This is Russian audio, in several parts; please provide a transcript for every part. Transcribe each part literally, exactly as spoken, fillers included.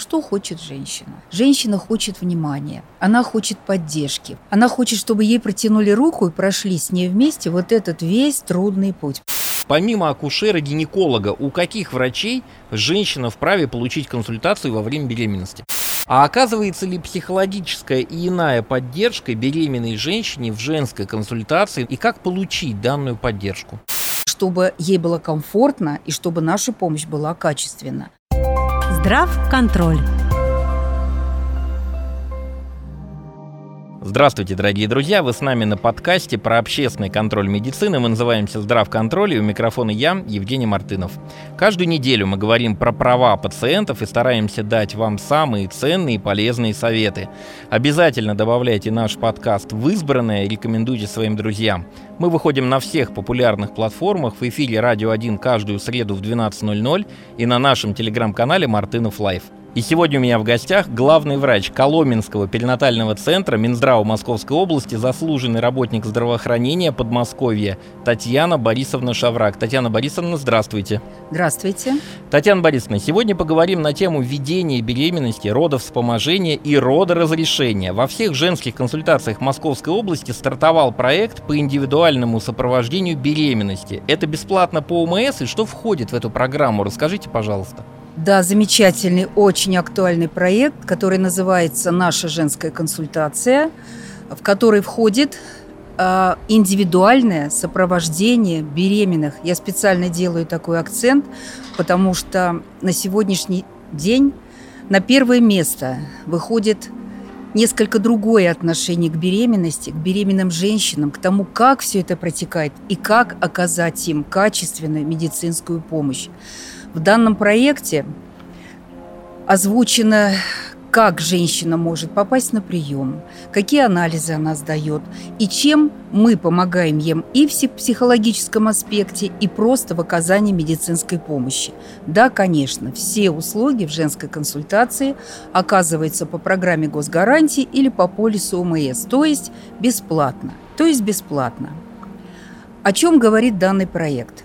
что хочет женщина? Женщина хочет внимания, она хочет поддержки, она хочет, чтобы ей протянули руку и прошли с ней вместе вот этот весь трудный путь. Помимо акушера-гинеколога, у каких врачей женщина вправе получить консультацию во время беременности? А оказывается ли психологическая и иная поддержка беременной женщине в женской консультации, и как получить данную поддержку? Чтобы ей было комфортно и чтобы наша помощь была качественна. Здравконтроль. Здравствуйте, дорогие друзья! Вы с нами на подкасте про общественный контроль медицины. Мы называемся «Здравконтроль», и у микрофона я, Евгений Мартынов. Каждую неделю мы говорим про права пациентов и стараемся дать вам самые ценные и полезные советы. Обязательно добавляйте наш подкаст в избранное, рекомендуйте своим друзьям. Мы выходим на всех популярных платформах, в эфире «Радио один» каждую среду в двенадцать ноль ноль и на нашем телеграм-канале «Мартынов Лайв». И сегодня у меня в гостях главный врач Коломенского перинатального центра Минздрава Московской области, заслуженный работник здравоохранения Подмосковья Татьяна Борисовна Шаврак. Татьяна Борисовна, здравствуйте. Здравствуйте. Татьяна Борисовна, сегодня поговорим на тему ведения беременности, родовспоможения и родоразрешения. Во всех женских консультациях Московской области стартовал проект по индивидуальному сопровождению беременности. Это бесплатно по ОМС, и что входит в эту программу? Расскажите, пожалуйста. Да, замечательный, очень актуальный проект, который называется «Наша женская консультация», в который входит э, индивидуальное сопровождение беременных. Я специально делаю такой акцент, потому что на сегодняшний день на первое место выходит несколько другое отношение к беременности, к беременным женщинам, к тому, как все это протекает и как оказать им качественную медицинскую помощь. В данном проекте озвучено, как женщина может попасть на прием, какие анализы она сдает, и чем мы помогаем ей и в психологическом аспекте, и просто в оказании медицинской помощи. Да, конечно, все услуги в женской консультации оказываются по программе госгарантии или по полису ОМС, то есть бесплатно. То есть бесплатно. О чем говорит данный проект?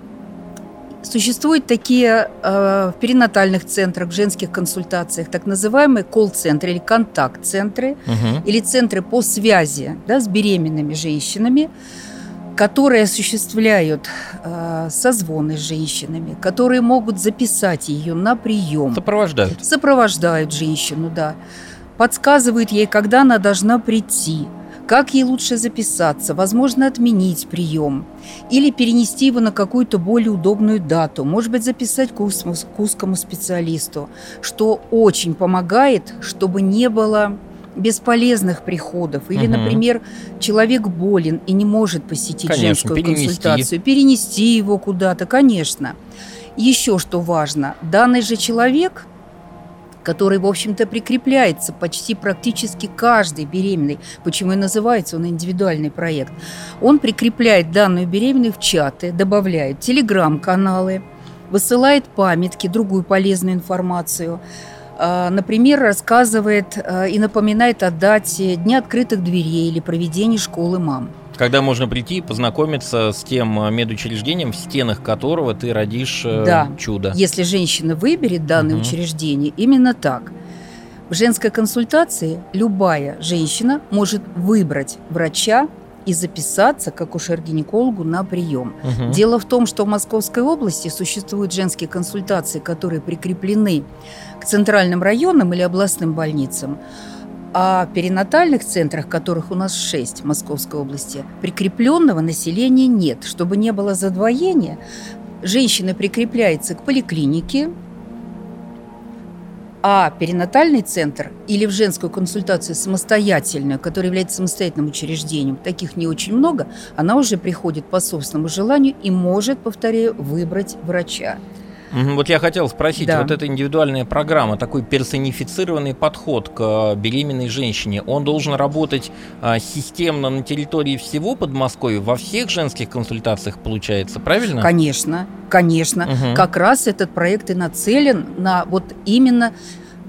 Существуют такие э, в перинатальных центрах, в женских консультациях, так называемые колл-центры или контакт-центры, угу. или центры по связи, да, с беременными женщинами, которые осуществляют э, созвоны с женщинами, которые могут записать ее на прием. Сопровождают. Сопровождают женщину, да. Подсказывают ей, когда она должна прийти, как ей лучше записаться, возможно, отменить прием или перенести его на какую-то более удобную дату, может быть, записать к узкому, к узкому специалисту, что очень помогает, чтобы не было бесполезных приходов. Или, угу. например, человек болен и не может посетить конечно, женскую перенести. консультацию, перенести его куда-то, конечно. Еще что важно, данный же человек, который, в общем-то, прикрепляется почти практически каждой беременной, почему и называется он индивидуальный проект, он прикрепляет данную беременную в чаты, добавляет телеграм-каналы, высылает памятки, другую полезную информацию, например, рассказывает и напоминает о дате Дня открытых дверей или проведении школы мам. Когда можно прийти и познакомиться с тем медучреждением, в стенах которого ты родишь да. чудо. Если женщина выберет данное угу. учреждение, именно так. В женской консультации любая женщина может выбрать врача и записаться к акушер-гинекологу на прием. Угу. Дело в том, что в Московской области существуют женские консультации, которые прикреплены к центральным районным или областным больницам. А в перинатальных центрах, которых у нас шесть в Московской области, прикрепленного населения нет. Чтобы не было задвоения, женщина прикрепляется к поликлинике, а перинатальный центр или в женскую консультацию самостоятельную, которая является самостоятельным учреждением, таких не очень много, она уже приходит по собственному желанию и может, повторяю, выбрать врача. Вот я хотел спросить, да. вот эта индивидуальная программа, такой персонифицированный подход к беременной женщине, он должен работать а, системно на территории всего Подмосковья, во всех женских консультациях, получается, правильно? Конечно, конечно. Угу. Как раз этот проект и нацелен на вот именно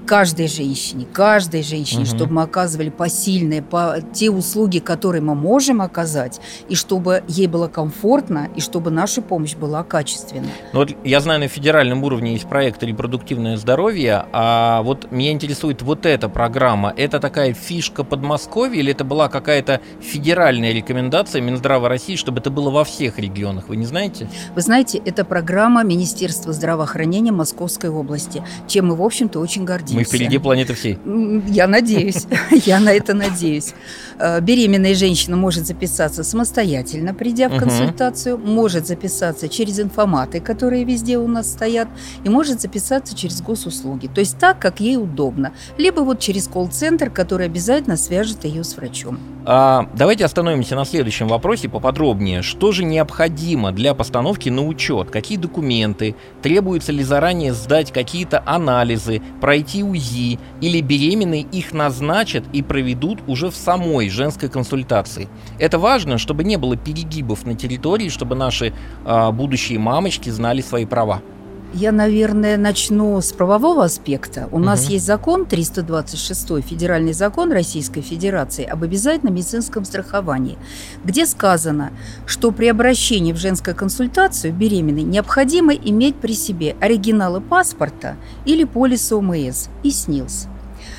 каждой женщине, каждой женщине, Угу. чтобы мы оказывали посильные, по, те услуги, которые мы можем оказать, и чтобы ей было комфортно, и чтобы наша помощь была качественной. Ну, вот я знаю, на федеральном уровне есть проект «Репродуктивное здоровье», а вот меня интересует вот эта программа. Это такая фишка Подмосковья или это была какая-то федеральная рекомендация Минздрава России, чтобы это было во всех регионах? Вы не знаете? Вы знаете, это программа Министерства здравоохранения Московской области, чем мы, в общем-то, очень гордимся. Мы впереди планеты всей. Я надеюсь, я на это надеюсь. Беременная женщина может записаться самостоятельно, придя в Мгм. консультацию, может записаться через информаты, которые везде у нас стоят, и может записаться через госуслуги. То есть так, как ей удобно. Либо вот через колл-центр, который обязательно свяжет ее с врачом. А, давайте остановимся на следующем вопросе поподробнее. Что же необходимо для постановки на учет? Какие документы? Требуется ли заранее сдать какие-то анализы, пройти УЗИ? Или беременные их назначат и проведут уже в самой женской консультации? Это важно, чтобы не было перегибов на территории, чтобы наши а, будущие мамочки знали свои права. Я, наверное, начну с правового аспекта. У Мгм. нас есть закон триста двадцать шестой, федеральный закон Российской Федерации об обязательном медицинском страховании, где сказано, что при обращении в женскую консультацию беременной необходимо иметь при себе оригиналы паспорта или полиса ОМС и СНИЛС.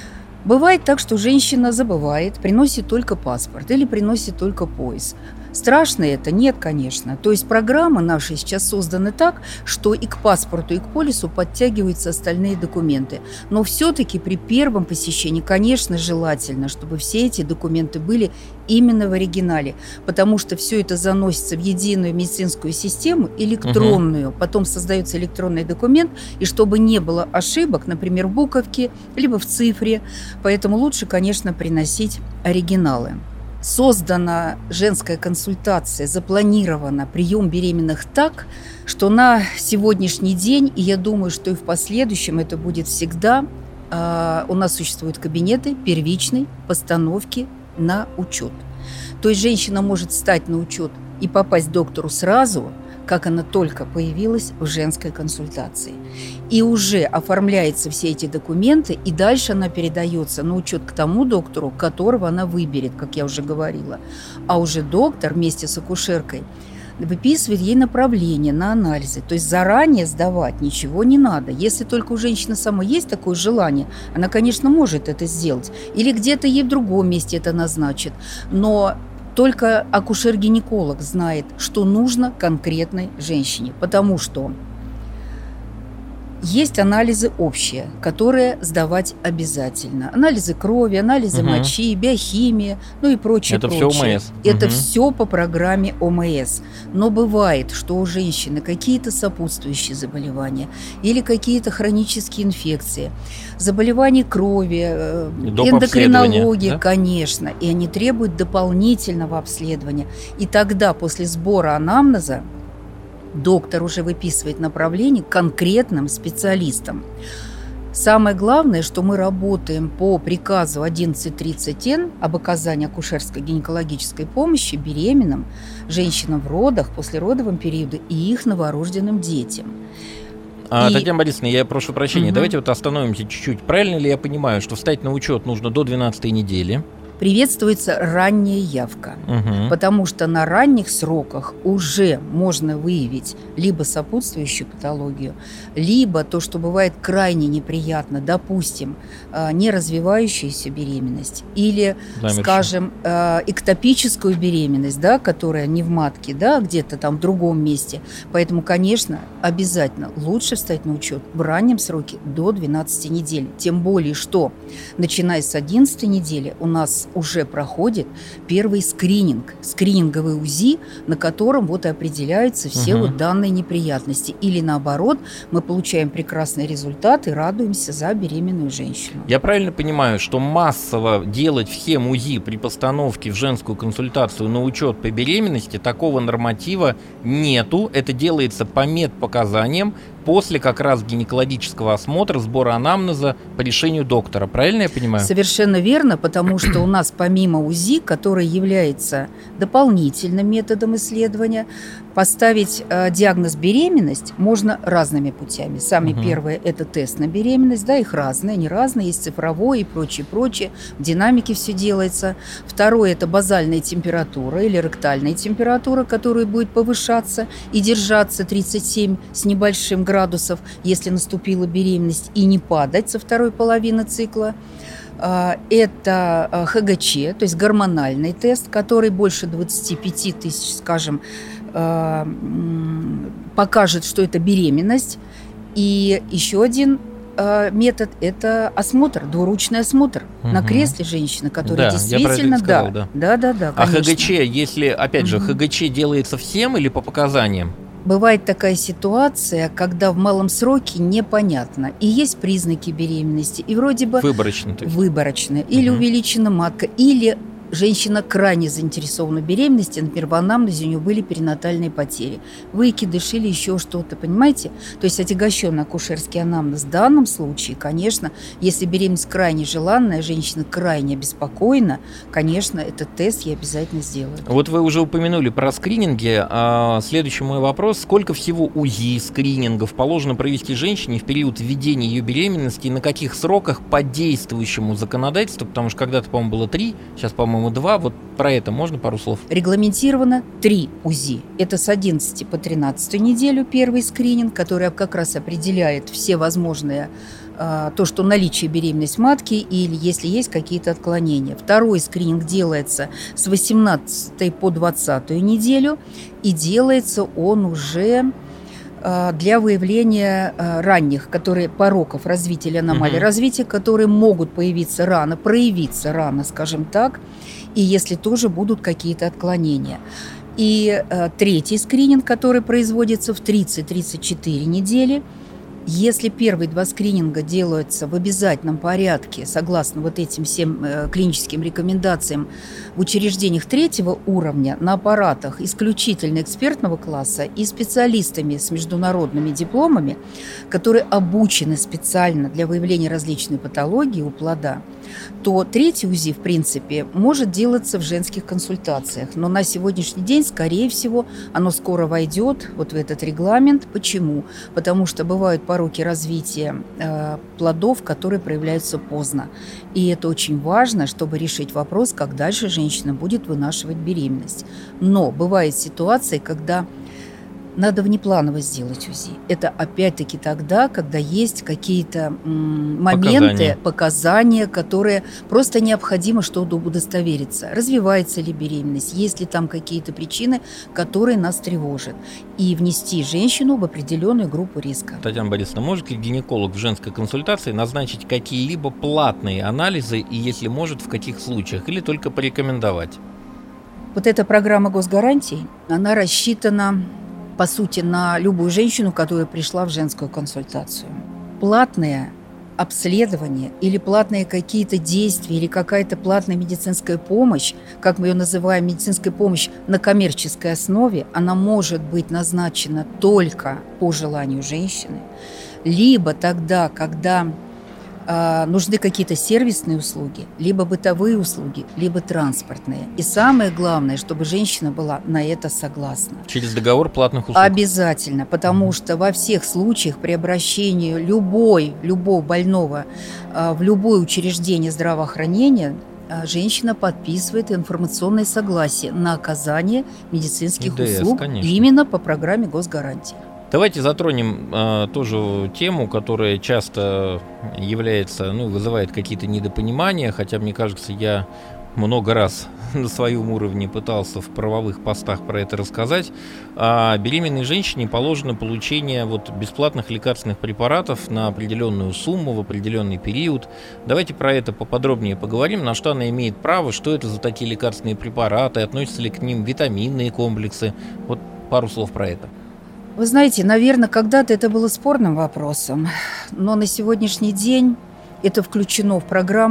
Бывает так, что женщина забывает, приносит только паспорт или приносит только пояс. Страшно это? Нет, конечно. То есть программы наши сейчас созданы так, что и к паспорту, и к полису подтягиваются остальные документы. Но все-таки при первом посещении, конечно, желательно, чтобы все эти документы были именно в оригинале, потому что все это заносится в единую медицинскую систему электронную, потом создается электронный документ, и чтобы не было ошибок, например, в буковке, либо в цифре, поэтому лучше, конечно, приносить оригиналы. Создана женская консультация, запланирована прием беременных так, что на сегодняшний день, и я думаю, что и в последующем это будет всегда, э, у нас существуют кабинеты первичной постановки на учет. То есть женщина может встать на учет и попасть к доктору сразу, как она только появилась в женской консультации. И уже оформляются все эти документы, и дальше она передается на учет к тому доктору, которого она выберет, как я уже говорила. А уже доктор вместе с акушеркой выписывает ей направление на анализы. То есть заранее сдавать ничего не надо. Если только у женщины самой есть такое желание, она, конечно, может это сделать. Или где-то ей в другом месте это назначат. Но только акушер-гинеколог знает, что нужно конкретной женщине, потому что есть анализы общие, которые сдавать обязательно. Анализы крови, анализы Угу. мочи, биохимия, ну и прочее, Это всё прочее. ОМС. Это Мгм. все по программе ОМС. Но бывает, что у женщины какие-то сопутствующие заболевания или какие-то хронические инфекции, заболевания крови, э, Доп. обследования, эндокринология, да? конечно, и они требуют дополнительного обследования. И тогда после сбора анамнеза доктор уже выписывает направление к конкретным специалистам. Самое главное, что мы работаем по приказу одиннадцать тридцать эн об оказании акушерской гинекологической помощи беременным, женщинам в родах, послеродовом периоде и их новорожденным детям. А, И- Татьяна Борисовна, я прошу прощения, Мгм. давайте вот остановимся чуть-чуть. Правильно ли я понимаю, что встать на учет нужно до двенадцатой недели? Приветствуется ранняя явка. Угу. Потому что на ранних сроках уже можно выявить либо сопутствующую патологию, либо то, что бывает крайне неприятно, допустим, э, неразвивающаяся беременность или, Замершая. скажем, э, эктопическую беременность, да, которая не в матке, да, где-то там в другом месте. Поэтому, конечно, обязательно лучше встать на учет в раннем сроке до двенадцати недель. Тем более, что начиная с одиннадцатой недели у нас уже проходит первый скрининг, скрининговый УЗИ, на котором вот и определяются все Мгм. вот данные неприятности. Или наоборот, мы получаем прекрасный результат и радуемся за беременную женщину. Я правильно понимаю, что массово делать всем УЗИ при постановке в женскую консультацию на учет по беременности такого норматива нету. Это делается по медпоказаниям, после как раз гинекологического осмотра, сбора анамнеза по решению доктора. Правильно я понимаю? Совершенно верно, потому что у нас помимо УЗИ, который является дополнительным методом исследования, поставить э, диагноз беременность можно разными путями. Самый угу. первый – это тест на беременность, да, их разные, не разные, есть цифровой и прочее, прочее. В динамике все делается. Второе – это базальная температура или ректальная температура, которая будет повышаться и держаться тридцать семь с небольшим градусов, если наступила беременность, и не падать со второй половины цикла. Это ХГЧ, то есть гормональный тест, который больше двадцать пять тысяч, скажем, покажет, что это беременность. И еще один метод – это осмотр, двуручный осмотр угу. на кресле женщины, которая да, действительно… Я сказал, да, да, да, да, А ХГЧ, если, опять же, угу. ХГЧ делается всем или по показаниям? Бывает такая ситуация, когда в малом сроке непонятно. И есть признаки беременности, и вроде бы… Выборочно. Выборочно. Или угу. увеличена матка, или женщина крайне заинтересована в беременности, например, в анамнезе у нее были перинатальные потери, выкидыш или еще что-то, понимаете? То есть отягощенный акушерский анамнез в данном случае, конечно, если беременность крайне желанная, женщина крайне обеспокоена, конечно, этот тест я обязательно сделаю. Вот вы уже упомянули про скрининги. А следующий мой вопрос. Сколько всего УЗИ, скринингов положено провести женщине в период введения ее беременности и на каких сроках по действующему законодательству? Потому что когда-то, по-моему, было три, сейчас, по-моему, два. Вот про это можно пару слов? Регламентировано три УЗИ. Это с одиннадцатой по тринадцатую неделю первый скрининг, который как раз определяет все возможные, то, что наличие беременности матки или если есть какие-то отклонения. Второй скрининг делается с восемнадцатой по двадцатую неделю, и делается он уже для выявления ранних, которые пороков развития или аномалий угу. развития, которые могут появиться рано, проявиться рано, скажем так, и если тоже будут какие-то отклонения. И э, третий скрининг, который производится в тридцать-тридцать четыре недели. Если первые два скрининга делаются в обязательном порядке, согласно вот этим всем э, клиническим рекомендациям в учреждениях третьего уровня, на аппаратах исключительно экспертного класса и специалистами с международными дипломами, которые обучены специально для выявления различных патологий у плода, то третий УЗИ, в принципе, может делаться в женских консультациях. Но на сегодняшний день, скорее всего, оно скоро войдет вот в этот регламент. Почему? Потому что бывают пороки развития э, плодов, которые проявляются поздно. И это очень важно, чтобы решить вопрос, как дальше женщина будет вынашивать беременность. Но бывают ситуации, когда надо внепланово сделать УЗИ. Это опять-таки тогда, когда есть какие-то м, моменты, показания. показания, которые просто необходимо, чтобы удостовериться. Развивается ли беременность, есть ли там какие-то причины, которые нас тревожат. И внести женщину в определенную группу риска. Татьяна Борисовна, может ли гинеколог в женской консультации назначить какие-либо платные анализы, и если может, в каких случаях, или только порекомендовать? Вот эта программа госгарантий, она рассчитана по сути, на любую женщину, которая пришла в женскую консультацию. Платное обследование или платные какие-то действия, или какая-то платная медицинская помощь, как мы ее называем, медицинская помощь на коммерческой основе, она может быть назначена только по желанию женщины, либо тогда, когда э, нужны какие-то сервисные услуги, либо бытовые услуги, либо транспортные. И самое главное, чтобы женщина была на это согласна. Через договор платных услуг? Обязательно, потому что во всех случаях при обращении любой, любого больного э, в любое учреждение здравоохранения э, женщина подписывает информационное согласие на оказание медицинских ИДС, услуг, конечно. Именно по программе госгарантии. Давайте затронем э, тоже тему, которая часто является, ну, вызывает какие-то недопонимания, хотя, мне кажется, я много раз на своем уровне пытался в правовых постах про это рассказать. А беременной женщине положено получение вот бесплатных лекарственных препаратов на определенную сумму в определенный период. Давайте про это поподробнее поговорим, на что она имеет право, что это за такие лекарственные препараты, относятся ли к ним витаминные комплексы. Вот пару слов про это. Вы знаете, наверное, когда-то это было спорным вопросом, но на сегодняшний день это включено в программу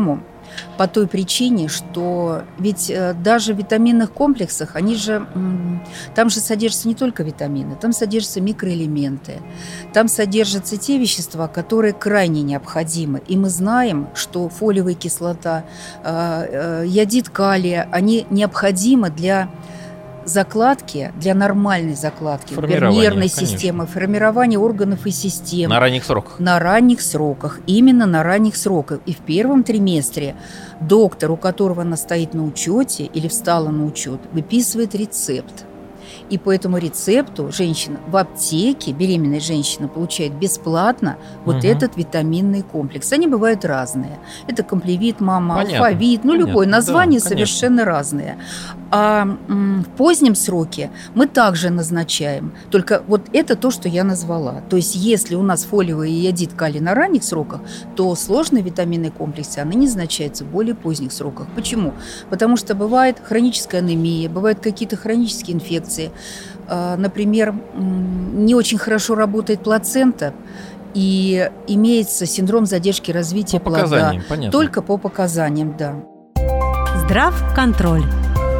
по той причине, что ведь даже в витаминных комплексах, они же, там же содержатся не только витамины, там содержатся микроэлементы, там содержатся те вещества, которые крайне необходимы. И мы знаем, что фолиевая кислота, йодид калия, они необходимы для закладки, для нормальной закладки нервной системы, формирования органов и систем. На ранних сроках. На ранних сроках, именно на ранних сроках. И в первом триместре доктор, у которого она стоит на учете или встала на учет, выписывает рецепт. И по этому рецепту женщина в аптеке, беременная женщина, получает бесплатно вот угу. этот витаминный комплекс. Они бывают разные. Это комплевит, мама, алфавит, ну любое название да, совершенно разное. А м, в позднем сроке мы также назначаем. Только вот это то, что я назвала. То есть если у нас фолиевый йодид калий на ранних сроках, то сложные витаминные комплексы, они назначаются в более поздних сроках. Почему? Потому что бывает хроническая анемия, бывают какие-то хронические инфекции. Например, не очень хорошо работает плацента, и имеется синдром задержки развития по плода. Показаниям, понятно. Только по показаниям, да. Здравконтроль.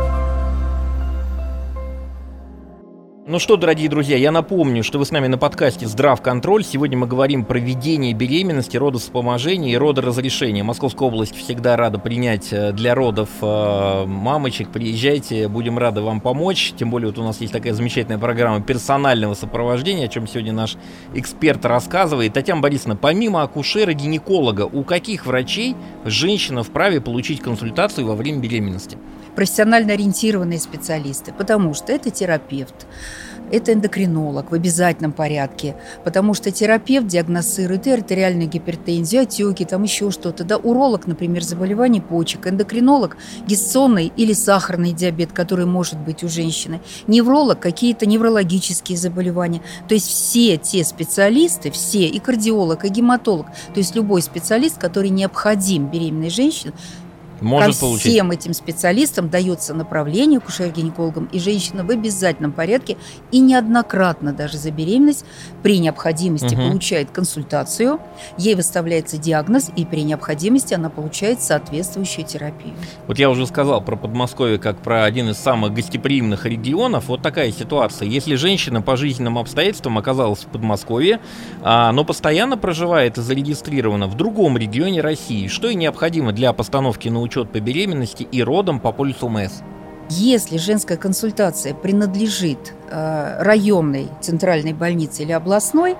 Ну что, дорогие друзья, я напомню, что вы с нами на подкасте «Здравконтроль». Сегодня мы говорим про ведение беременности, родовспоможение и родоразрешение. Московская область всегда рада принять для родов э, мамочек. Приезжайте, будем рады вам помочь. Тем более вот у нас есть такая замечательная программа персонального сопровождения, о чем сегодня наш эксперт рассказывает. Татьяна Борисовна, помимо акушера-гинеколога, у каких врачей женщина вправе получить консультацию во время беременности? Профессионально ориентированные специалисты, потому что это терапевт, это эндокринолог в обязательном порядке, потому что терапевт диагностирует и артериальную гипертензию, отеки, там еще что-то. Да, уролог, например, заболевание почек, эндокринолог, гестационный или сахарный диабет, который может быть у женщины, невролог, какие-то неврологические заболевания. То есть все те специалисты, все, и кардиолог, и гематолог, то есть любой специалист, который необходим беременной женщине, может ко получить. Всем этим специалистам дается направление акушер-гинекологам, и женщина в обязательном порядке и неоднократно даже за беременность при необходимости угу. получает консультацию, ей выставляется диагноз, и при необходимости она получает соответствующую терапию. Вот я уже сказал про Подмосковье как про один из самых гостеприимных регионов. Вот такая ситуация. Если женщина по жизненным обстоятельствам оказалась в Подмосковье, но постоянно проживает и зарегистрирована в другом регионе России, что и необходимо для постановки на учет по беременности и родам по полису МС? Если женская консультация принадлежит э, районной центральной больнице или областной,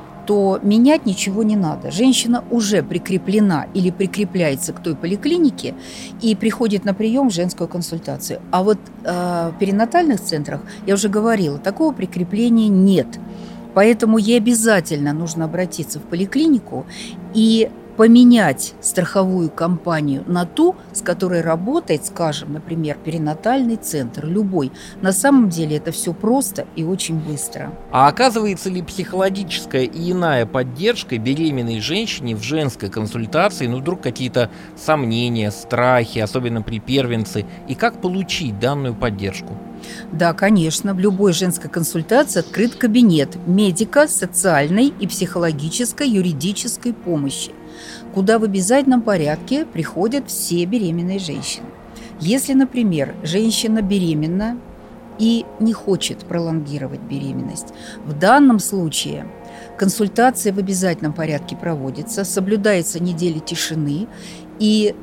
то менять ничего не надо. Женщина уже прикреплена или прикрепляется к той поликлинике и приходит на прием в женскую консультацию. А вот э, в перинатальных центрах, я уже говорила, такого прикрепления нет. Поэтому ей обязательно нужно обратиться в поликлинику и поменять страховую компанию на ту, с которой работает, скажем, например, перинатальный центр, любой. На самом деле это все просто и очень быстро. А оказывается ли психологическая и иная поддержка беременной женщине в женской консультации, ну вдруг какие-то сомнения, страхи, особенно при первенце, и как получить данную поддержку? Да, конечно, в любой женской консультации открыт кабинет медико-социальной и психологической юридической помощи, куда в обязательном порядке приходят все беременные женщины. Если, например, женщина беременна и не хочет пролонгировать беременность, в данном случае консультация в обязательном порядке проводится, соблюдается неделя тишины, и,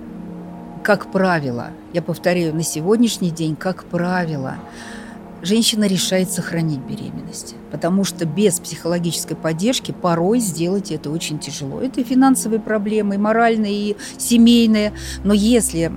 как правило, я повторяю, на сегодняшний день, как правило, женщина решает сохранить беременность, потому что без психологической поддержки порой сделать это очень тяжело. Это и финансовые проблемы, и моральные, и семейные. Но если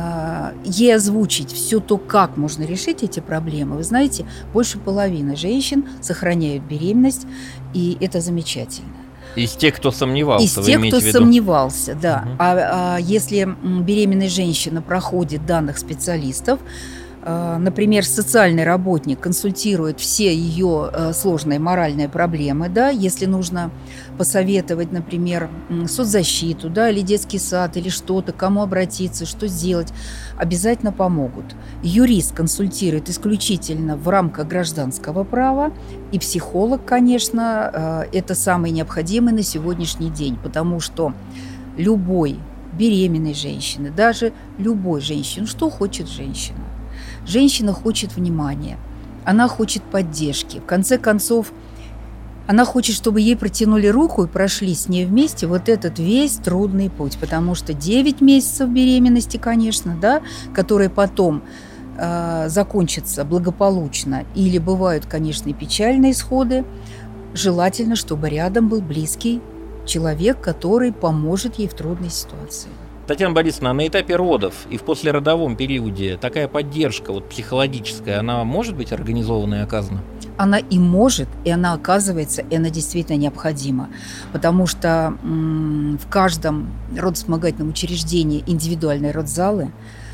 э, ей озвучить все то, как можно решить эти проблемы, вы знаете, больше половины женщин сохраняют беременность, и это замечательно. Из тех, кто сомневался, Из тех, кто виду? сомневался, да. Угу. А, а если беременная женщина проходит данных специалистов, например, социальный работник консультирует все ее сложные моральные проблемы, да, если нужно посоветовать, например, соцзащиту, да, или детский сад, или что-то, кому обратиться, что сделать, обязательно помогут. Юрист консультирует исключительно в рамках гражданского права, и психолог, конечно, это самое необходимое на сегодняшний день, потому что любой беременной женщины, даже любой женщины. Что хочет женщина? Женщина хочет внимания, она хочет поддержки. В конце концов, она хочет, чтобы ей протянули руку и прошли с ней вместе вот этот весь трудный путь. Потому что девять месяцев беременности, конечно, да, которые потом э, закончатся благополучно, или бывают, конечно, и печальные исходы, желательно, чтобы рядом был близкий человек, который поможет ей в трудной ситуации. Татьяна Борисовна, а на этапе родов и в послеродовом периоде такая поддержка вот, психологическая, она может быть организована и оказана? Она и может, и она оказывается, и она действительно необходима. Потому что м- в каждом родовспомогательном учреждении индивидуальные родзалы,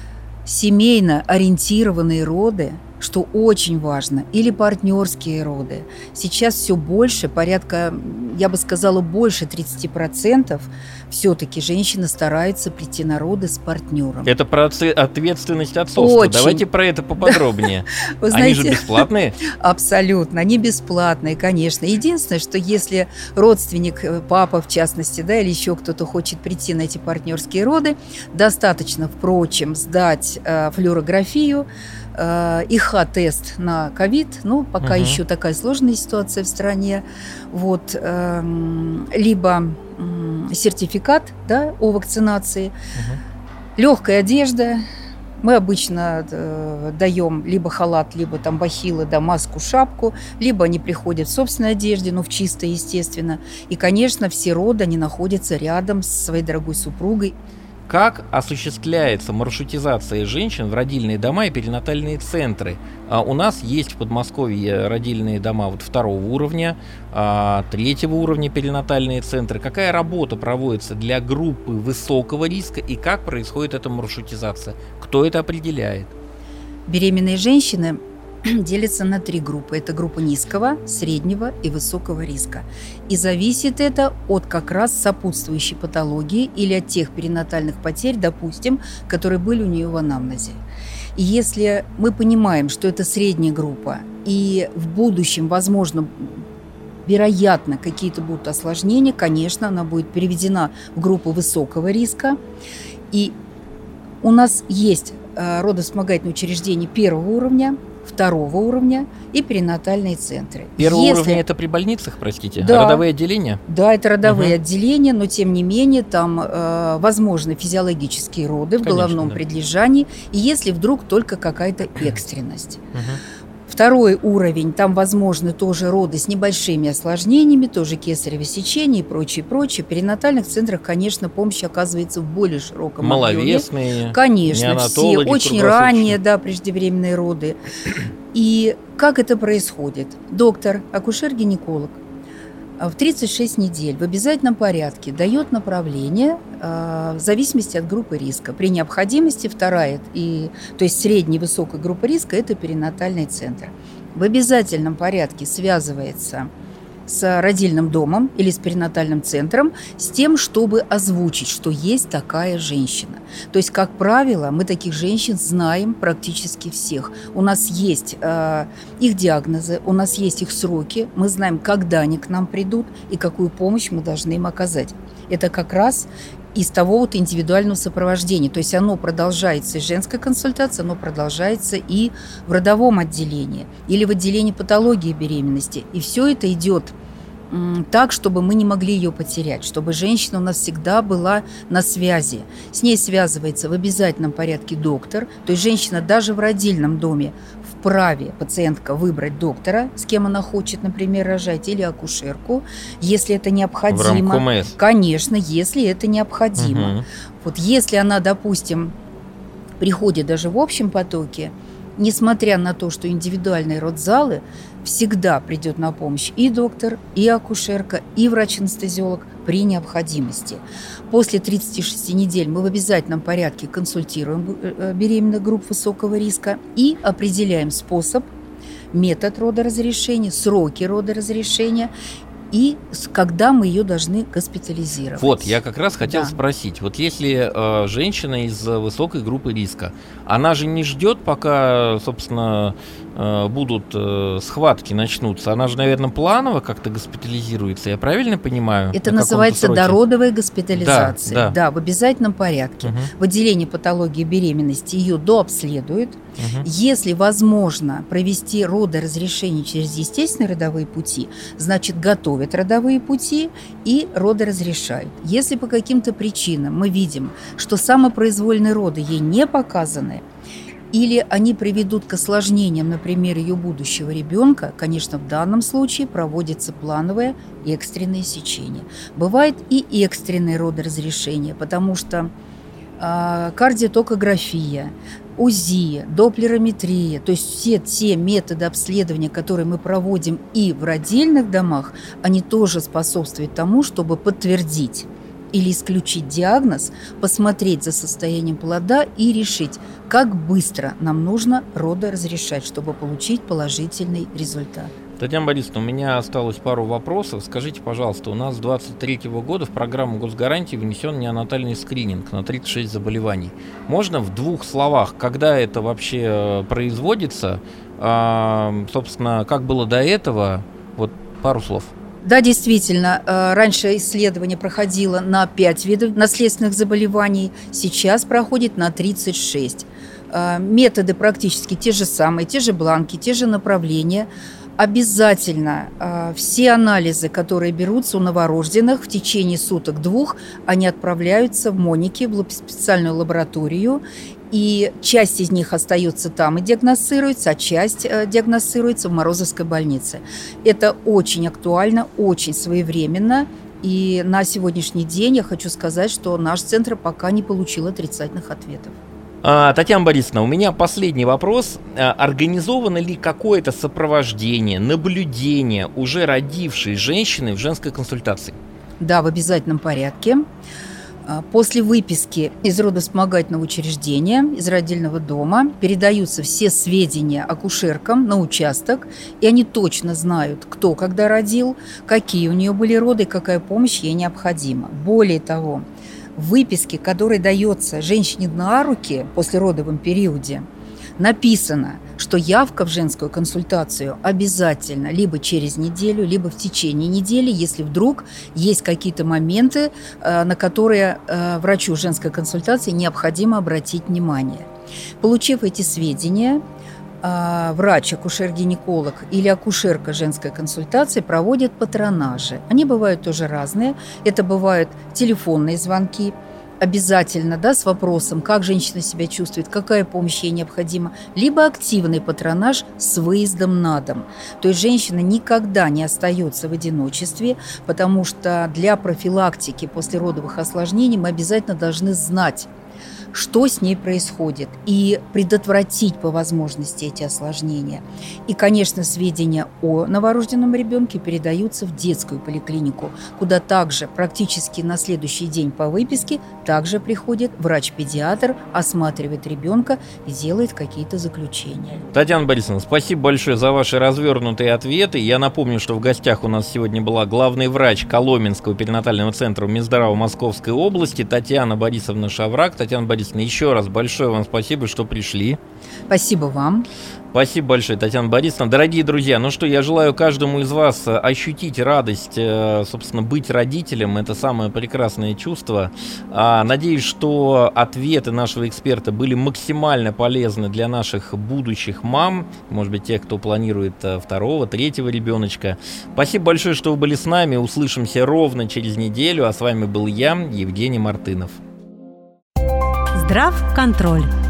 семейно ориентированные роды, что очень важно, или партнерские роды. Сейчас все больше, порядка, я бы сказала, больше тридцать процентов все-таки женщины стараются прийти на роды с партнером. Это про ответственность отцовства. Очень. Давайте про это поподробнее. Вы Они знаете, же бесплатные? Абсолютно, они бесплатные, конечно. Единственное, что если родственник, папа в частности, да, или еще кто-то хочет прийти на эти партнерские роды, достаточно, впрочем, сдать э, флюорографию, и ха-тест на ковид, ну, пока uh-huh. еще такая сложная ситуация в стране, вот, э, либо э, сертификат, да, о вакцинации, uh-huh. легкая одежда. Мы обычно э, даем либо халат, либо там бахилы, да, маску, шапку, либо они приходят в собственной одежде, но в чистой, естественно. И, конечно, все роды, они находятся рядом с своей дорогой супругой. Как осуществляется маршрутизация женщин в родильные дома и перинатальные центры? А у нас есть в Подмосковье родильные дома вот второго уровня, а, третьего уровня перинатальные центры. Какая работа проводится для группы высокого риска и как происходит эта маршрутизация? Кто это определяет? Беременные женщины делятся на три группы. Это группа низкого, среднего и высокого риска. И зависит это от как раз сопутствующей патологии или от тех перинатальных потерь, допустим, которые были у нее в анамнезе. И если мы понимаем, что это средняя группа, и в будущем, возможно, вероятно, какие-то будут осложнения, конечно, она будет переведена в группу высокого риска. И у нас есть родовспомогательные учреждения первого уровня, второго уровня и перинатальные центры. Первого Если... уровня это при больницах, простите? Да. Родовые отделения? Да, это родовые угу. отделения, но тем не менее там э, возможны физиологические роды в Конечно, головном да. предлежании, и если вдруг только какая-то экстренность. Угу. Второй уровень, там возможны тоже роды с небольшими осложнениями, тоже кесарево сечение и прочее, прочее. В перинатальных центрах, конечно, помощь оказывается в более широком объеме. Маловесные, конечно, все очень ранние, да, преждевременные роды. И как это происходит? Доктор, акушер-гинеколог в тридцать шесть недель в обязательном порядке дает направление э, в зависимости от группы риска. При необходимости вторая, и, то есть средняя и высокая группа риска – это перинатальный центр. В обязательном порядке связывается с родильным домом или с перинатальным центром с тем, чтобы озвучить, что есть такая женщина. То есть, как правило, мы таких женщин знаем практически всех. У нас есть э, их диагнозы, у нас есть их сроки, мы знаем, когда они к нам придут и какую помощь мы должны им оказать. Это как раз из того вот индивидуального сопровождения. То есть оно продолжается, женская консультация, оно продолжается и в родовом отделении, или в отделении патологии беременности. И все это идет м, так, чтобы мы не могли ее потерять, чтобы женщина у нас всегда была на связи. С ней связывается в обязательном порядке доктор. То есть женщина даже в родильном доме вправе, пациентка, выбрать доктора, с кем она хочет, например, рожать, или акушерку, если это необходимо. В РАМКОМС. Конечно, если это необходимо. Угу. Вот если она, допустим, приходит даже в общем потоке, несмотря на то, что индивидуальные родзалы, всегда придет на помощь и доктор, и акушерка, и врач-анестезиолог при необходимости. После тридцати шести недель мы в обязательном порядке консультируем беременных групп высокого риска и определяем способ, метод родоразрешения, сроки родоразрешения и когда мы ее должны госпитализировать. Вот, я как раз хотел да. спросить. Вот если э, женщина из высокой группы риска, она же не ждет, пока, собственно, э, будут э, схватки начнутся, она же, наверное, планово как-то госпитализируется, я правильно понимаю? Это на называется дородовая госпитализация. Да, да. да, в обязательном порядке. Угу. В отделении патологии беременности ее дообследуют. Угу. Если возможно провести родоразрешение через естественные родовые пути, значит, готовят родовые пути и роды разрешают. Если по каким-то причинам мы видим, что самопроизвольные роды ей не показаны, или они приведут к осложнениям, например, ее будущего ребенка, конечно, в данном случае проводится плановое экстренное сечение. Бывает и экстренное родоразрешение, потому что э, кардиотокография, УЗИ, доплерометрия, то есть все те методы обследования, которые мы проводим и в родильных домах, они тоже способствуют тому, чтобы подтвердить или исключить диагноз, посмотреть за состоянием плода и решить, как быстро нам нужно родоразрешать, чтобы получить положительный результат. Татьяна Борисовна, у меня осталось пару вопросов. Скажите, пожалуйста, у нас с двадцать третьего года в программу госгарантии внесен неонатальный скрининг на тридцать шесть заболеваний. Можно в двух словах, когда это вообще производится, собственно, как было до этого, вот пару слов. Да, действительно, раньше исследование проходило на пять видов наследственных заболеваний, сейчас проходит на тридцать шесть. Методы практически те же самые, те же бланки, те же направления. Обязательно все анализы, которые берутся у новорожденных в течение суток-двух, они отправляются в Монике, в специальную лабораторию, и часть из них остается там и диагностируется, а часть диагностируется в Морозовской больнице. Это очень актуально, очень своевременно, и на сегодняшний день я хочу сказать, что наш центр пока не получил отрицательных ответов. Татьяна Борисовна, у меня последний вопрос. Организовано ли какое-то сопровождение, наблюдение уже родившей женщины в женской консультации? Да, в обязательном порядке. После выписки из родовспомогательного учреждения, из родильного дома, передаются все сведения акушеркам на участок, и они точно знают, кто когда родил, какие у нее были роды и какая помощь ей необходима. Более того, в выписке, которая дается женщине на руки в послеродовом периоде, написано, что явка в женскую консультацию обязательно либо через неделю, либо в течение недели, если вдруг есть какие-то моменты, на которые врачу женской консультации необходимо обратить внимание. Получив эти сведения, врач, акушер-гинеколог или акушерка женской консультации проводят патронажи. Они бывают тоже разные. Это бывают телефонные звонки, обязательно, да, с вопросом, как женщина себя чувствует, какая помощь ей необходима, либо активный патронаж с выездом на дом. То есть женщина никогда не остается в одиночестве, потому что для профилактики послеродовых осложнений мы обязательно должны знать, что с ней происходит, и предотвратить по возможности эти осложнения. И, конечно, сведения о новорожденном ребенке передаются в детскую поликлинику, куда также практически на следующий день по выписке также приходит врач-педиатр, осматривает ребенка и делает какие-то заключения. Татьяна Борисовна, спасибо большое за ваши развернутые ответы. Я напомню, что в гостях у нас сегодня была главный врач Коломенского перинатального центра Минздрава Московской области Татьяна Борисовна Шаврак. Татьяна Борисовна, еще раз большое вам спасибо, что пришли. Спасибо вам. Спасибо большое, Татьяна Борисовна. Дорогие друзья, ну что, я желаю каждому из вас ощутить радость, собственно, быть родителем. Это самое прекрасное чувство. Надеюсь, что ответы нашего эксперта были максимально полезны для наших будущих мам, может быть, тех, кто планирует второго, третьего ребеночка. Спасибо большое, что вы были с нами. Услышимся ровно через неделю. А с вами был я, Евгений Мартынов. Здравконтроль.